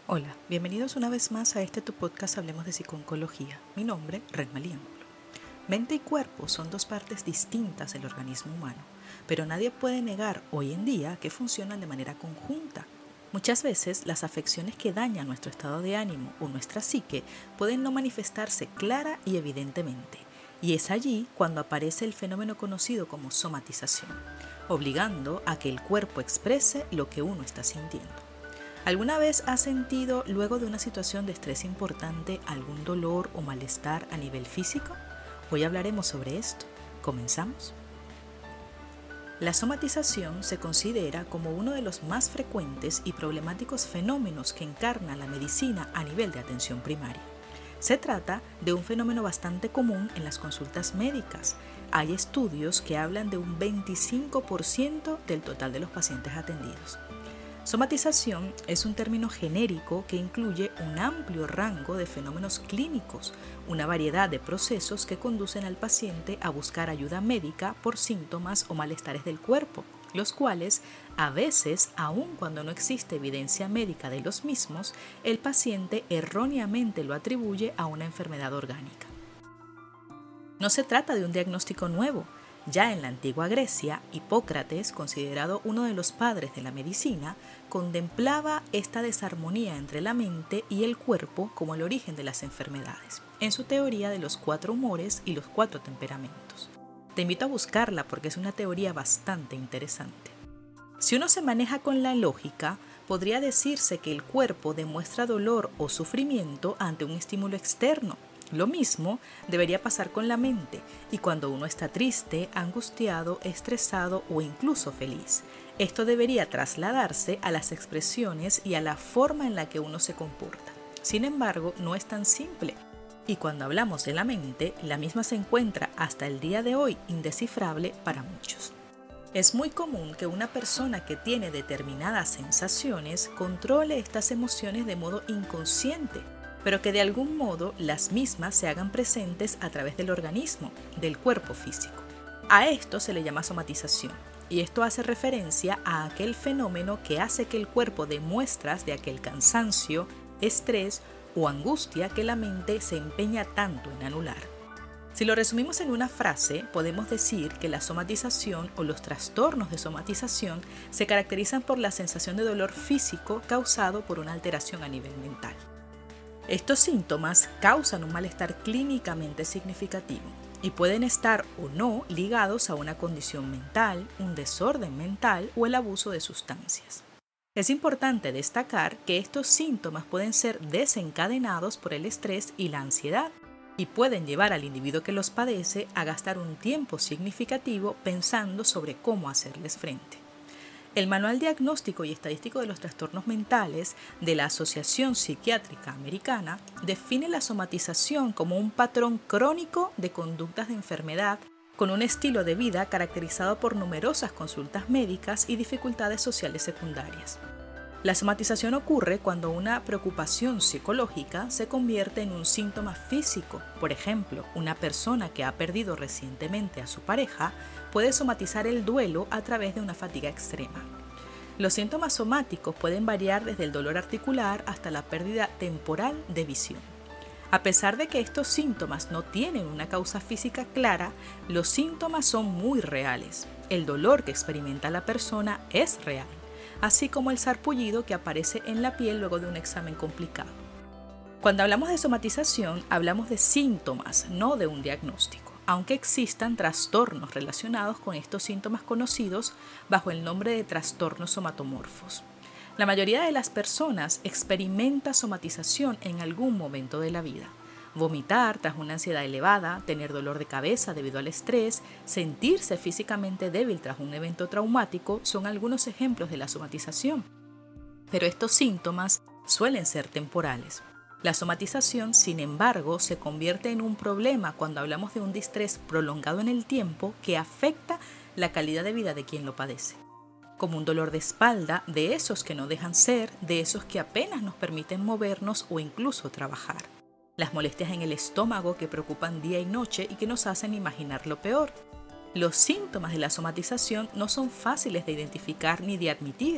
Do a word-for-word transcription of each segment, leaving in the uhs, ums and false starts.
Hola, bienvenidos una vez más a este tu podcast Hablemos de Psico-Oncología. Mi nombre, Renmalí Angulo. Mente y cuerpo son dos partes distintas del organismo humano, pero nadie puede negar hoy en día que funcionan de manera conjunta. Muchas veces las afecciones que dañan nuestro estado de ánimo o nuestra psique pueden no manifestarse clara y evidentemente, y es allí cuando aparece el fenómeno conocido como somatización, obligando a que el cuerpo exprese lo que uno está sintiendo. ¿Alguna vez has sentido, luego de una situación de estrés importante, algún dolor o malestar a nivel físico? Hoy hablaremos sobre esto. ¿Comenzamos? La somatización se considera como uno de los más frecuentes y problemáticos fenómenos que encarna la medicina a nivel de atención primaria. Se trata de un fenómeno bastante común en las consultas médicas. Hay estudios que hablan de un veinticinco por ciento del total de los pacientes atendidos. Somatización es un término genérico que incluye un amplio rango de fenómenos clínicos, una variedad de procesos que conducen al paciente a buscar ayuda médica por síntomas o malestares del cuerpo, los cuales, a veces, aun cuando no existe evidencia médica de los mismos, el paciente erróneamente lo atribuye a una enfermedad orgánica. No se trata de un diagnóstico nuevo. Ya en la antigua Grecia, Hipócrates, considerado uno de los padres de la medicina, contemplaba esta desarmonía entre la mente y el cuerpo como el origen de las enfermedades, en su teoría de los cuatro humores y los cuatro temperamentos. Te invito a buscarla porque es una teoría bastante interesante. Si uno se maneja con la lógica, podría decirse que el cuerpo demuestra dolor o sufrimiento ante un estímulo externo. Lo mismo debería pasar con la mente y cuando uno está triste, angustiado, estresado o incluso feliz. Esto debería trasladarse a las expresiones y a la forma en la que uno se comporta. Sin embargo, no es tan simple. Y cuando hablamos de la mente, la misma se encuentra hasta el día de hoy indescifrable para muchos. Es muy común que una persona que tiene determinadas sensaciones controle estas emociones de modo inconsciente, pero que de algún modo las mismas se hagan presentes a través del organismo, del cuerpo físico. A esto se le llama somatización, y esto hace referencia a aquel fenómeno que hace que el cuerpo dé muestras de aquel cansancio, estrés o angustia que la mente se empeña tanto en anular. Si lo resumimos en una frase, podemos decir que la somatización o los trastornos de somatización se caracterizan por la sensación de dolor físico causado por una alteración a nivel mental. Estos síntomas causan un malestar clínicamente significativo y pueden estar o no ligados a una condición mental, un desorden mental o el abuso de sustancias. Es importante destacar que estos síntomas pueden ser desencadenados por el estrés y la ansiedad y pueden llevar al individuo que los padece a gastar un tiempo significativo pensando sobre cómo hacerles frente. El Manual Diagnóstico y Estadístico de los Trastornos Mentales de la Asociación Psiquiátrica Americana define la somatización como un patrón crónico de conductas de enfermedad con un estilo de vida caracterizado por numerosas consultas médicas y dificultades sociales secundarias. La somatización ocurre cuando una preocupación psicológica se convierte en un síntoma físico. Por ejemplo, una persona que ha perdido recientemente a su pareja puede somatizar el duelo a través de una fatiga extrema. Los síntomas somáticos pueden variar desde el dolor articular hasta la pérdida temporal de visión. A pesar de que estos síntomas no tienen una causa física clara, los síntomas son muy reales. El dolor que experimenta la persona es real, así como el sarpullido que aparece en la piel luego de un examen complicado. Cuando hablamos de somatización, hablamos de síntomas, no de un diagnóstico, aunque existan trastornos relacionados con estos síntomas conocidos bajo el nombre de trastornos somatomorfos. La mayoría de las personas experimenta somatización en algún momento de la vida. Vomitar tras una ansiedad elevada, tener dolor de cabeza debido al estrés, sentirse físicamente débil tras un evento traumático son algunos ejemplos de la somatización. Pero estos síntomas suelen ser temporales. La somatización, sin embargo, se convierte en un problema cuando hablamos de un distrés prolongado en el tiempo que afecta la calidad de vida de quien lo padece. Como un dolor de espalda, de esos que no dejan ser, de esos que apenas nos permiten movernos o incluso trabajar. Las molestias en el estómago que preocupan día y noche y que nos hacen imaginar lo peor. Los síntomas de la somatización no son fáciles de identificar ni de admitir,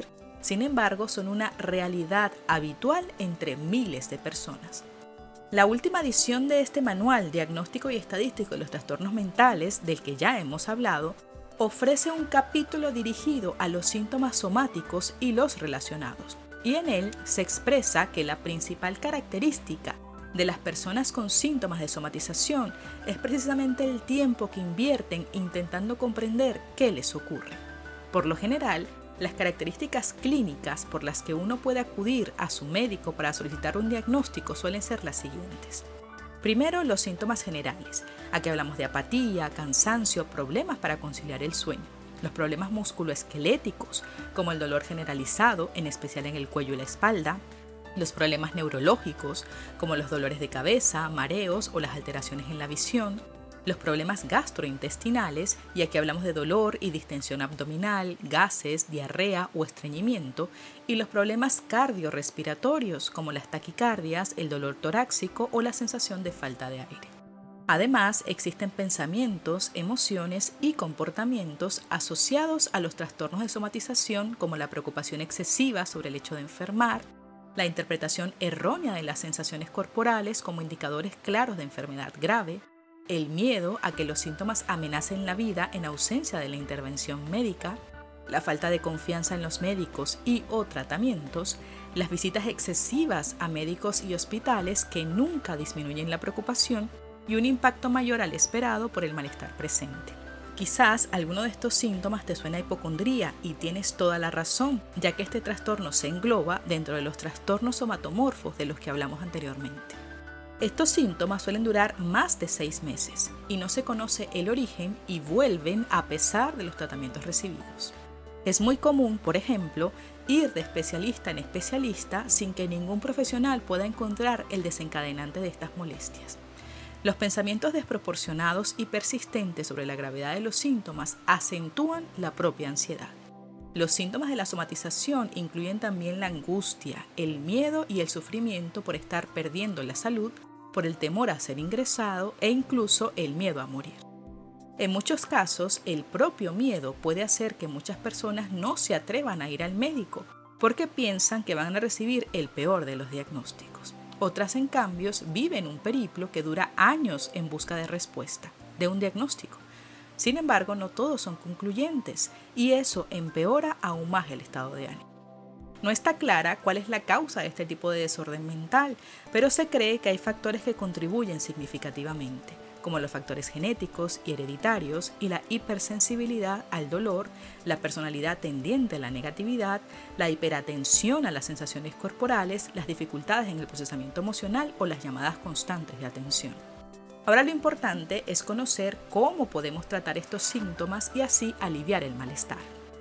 Sin embargo, son una realidad habitual entre miles de personas. La última edición de este manual diagnóstico y estadístico de los trastornos mentales, del que ya hemos hablado, ofrece un capítulo dirigido a los síntomas somáticos y los relacionados, y en él se expresa que la principal característica de las personas con síntomas de somatización es precisamente el tiempo que invierten intentando comprender qué les ocurre. Por lo general, las características clínicas por las que uno puede acudir a su médico para solicitar un diagnóstico suelen ser las siguientes. Primero, los síntomas generales. Aquí hablamos de apatía, cansancio, problemas para conciliar el sueño. Los problemas musculoesqueléticos, como el dolor generalizado, en especial en el cuello y la espalda. Los problemas neurológicos, como los dolores de cabeza, mareos o las alteraciones en la visión. Los problemas gastrointestinales, y aquí hablamos de dolor y distensión abdominal, gases, diarrea o estreñimiento, y los problemas cardiorrespiratorios, como las taquicardias, el dolor torácico o la sensación de falta de aire. Además, existen pensamientos, emociones y comportamientos asociados a los trastornos de somatización, como la preocupación excesiva sobre el hecho de enfermar, la interpretación errónea de las sensaciones corporales como indicadores claros de enfermedad grave, el miedo a que los síntomas amenacen la vida en ausencia de la intervención médica, la falta de confianza en los médicos y o tratamientos, las visitas excesivas a médicos y hospitales que nunca disminuyen la preocupación y un impacto mayor al esperado por el malestar presente. Quizás alguno de estos síntomas te suena a hipocondría y tienes toda la razón, ya que este trastorno se engloba dentro de los trastornos somatomorfos de los que hablamos anteriormente. Estos síntomas suelen durar más de seis meses y no se conoce el origen y vuelven a pesar de los tratamientos recibidos. Es muy común, por ejemplo, ir de especialista en especialista sin que ningún profesional pueda encontrar el desencadenante de estas molestias. Los pensamientos desproporcionados y persistentes sobre la gravedad de los síntomas acentúan la propia ansiedad. Los síntomas de la somatización incluyen también la angustia, el miedo y el sufrimiento por estar perdiendo la salud, por el temor a ser ingresado e incluso el miedo a morir. En muchos casos, el propio miedo puede hacer que muchas personas no se atrevan a ir al médico porque piensan que van a recibir el peor de los diagnósticos. Otras, en cambio, viven un periplo que dura años en busca de respuesta, de un diagnóstico. Sin embargo, no todos son concluyentes y eso empeora aún más el estado de ánimo. No está clara cuál es la causa de este tipo de desorden mental, pero se cree que hay factores que contribuyen significativamente, como los factores genéticos y hereditarios y la hipersensibilidad al dolor, la personalidad tendiente a la negatividad, la hiperatención a las sensaciones corporales, las dificultades en el procesamiento emocional o las llamadas constantes de atención. Ahora lo importante es conocer cómo podemos tratar estos síntomas y así aliviar el malestar.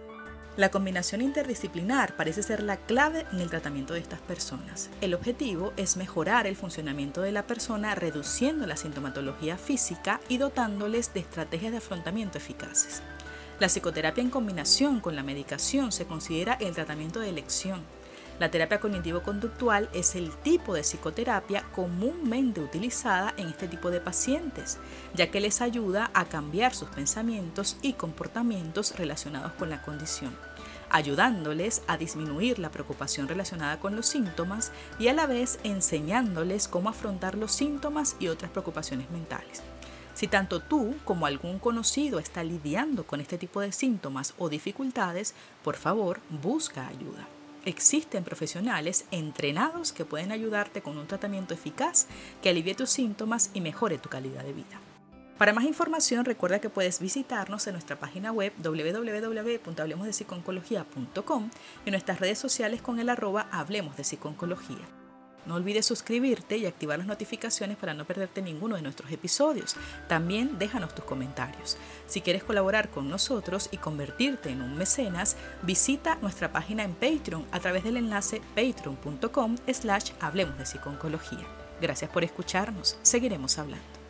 La combinación interdisciplinar parece ser la clave en el tratamiento de estas personas. El objetivo es mejorar el funcionamiento de la persona reduciendo la sintomatología física y dotándoles de estrategias de afrontamiento eficaces. La psicoterapia en combinación con la medicación se considera el tratamiento de elección. La terapia cognitivo-conductual es el tipo de psicoterapia comúnmente utilizada en este tipo de pacientes, ya que les ayuda a cambiar sus pensamientos y comportamientos relacionados con la condición, ayudándoles a disminuir la preocupación relacionada con los síntomas y a la vez enseñándoles cómo afrontar los síntomas y otras preocupaciones mentales. Si tanto tú como algún conocido está lidiando con este tipo de síntomas o dificultades, por favor, busca ayuda. Existen profesionales entrenados que pueden ayudarte con un tratamiento eficaz que alivie tus síntomas y mejore tu calidad de vida. Para más información, recuerda que puedes visitarnos en nuestra página web doble u doble u doble u punto hablemos de psicooncología punto com y en nuestras redes sociales con el arroba Hablemos de Psicooncología. No olvides suscribirte y activar las notificaciones para no perderte ninguno de nuestros episodios. También déjanos tus comentarios. Si quieres colaborar con nosotros y convertirte en un mecenas, visita nuestra página en Patreon a través del enlace patreon punto com slash hablemos de psicooncología. Gracias por escucharnos. Seguiremos hablando.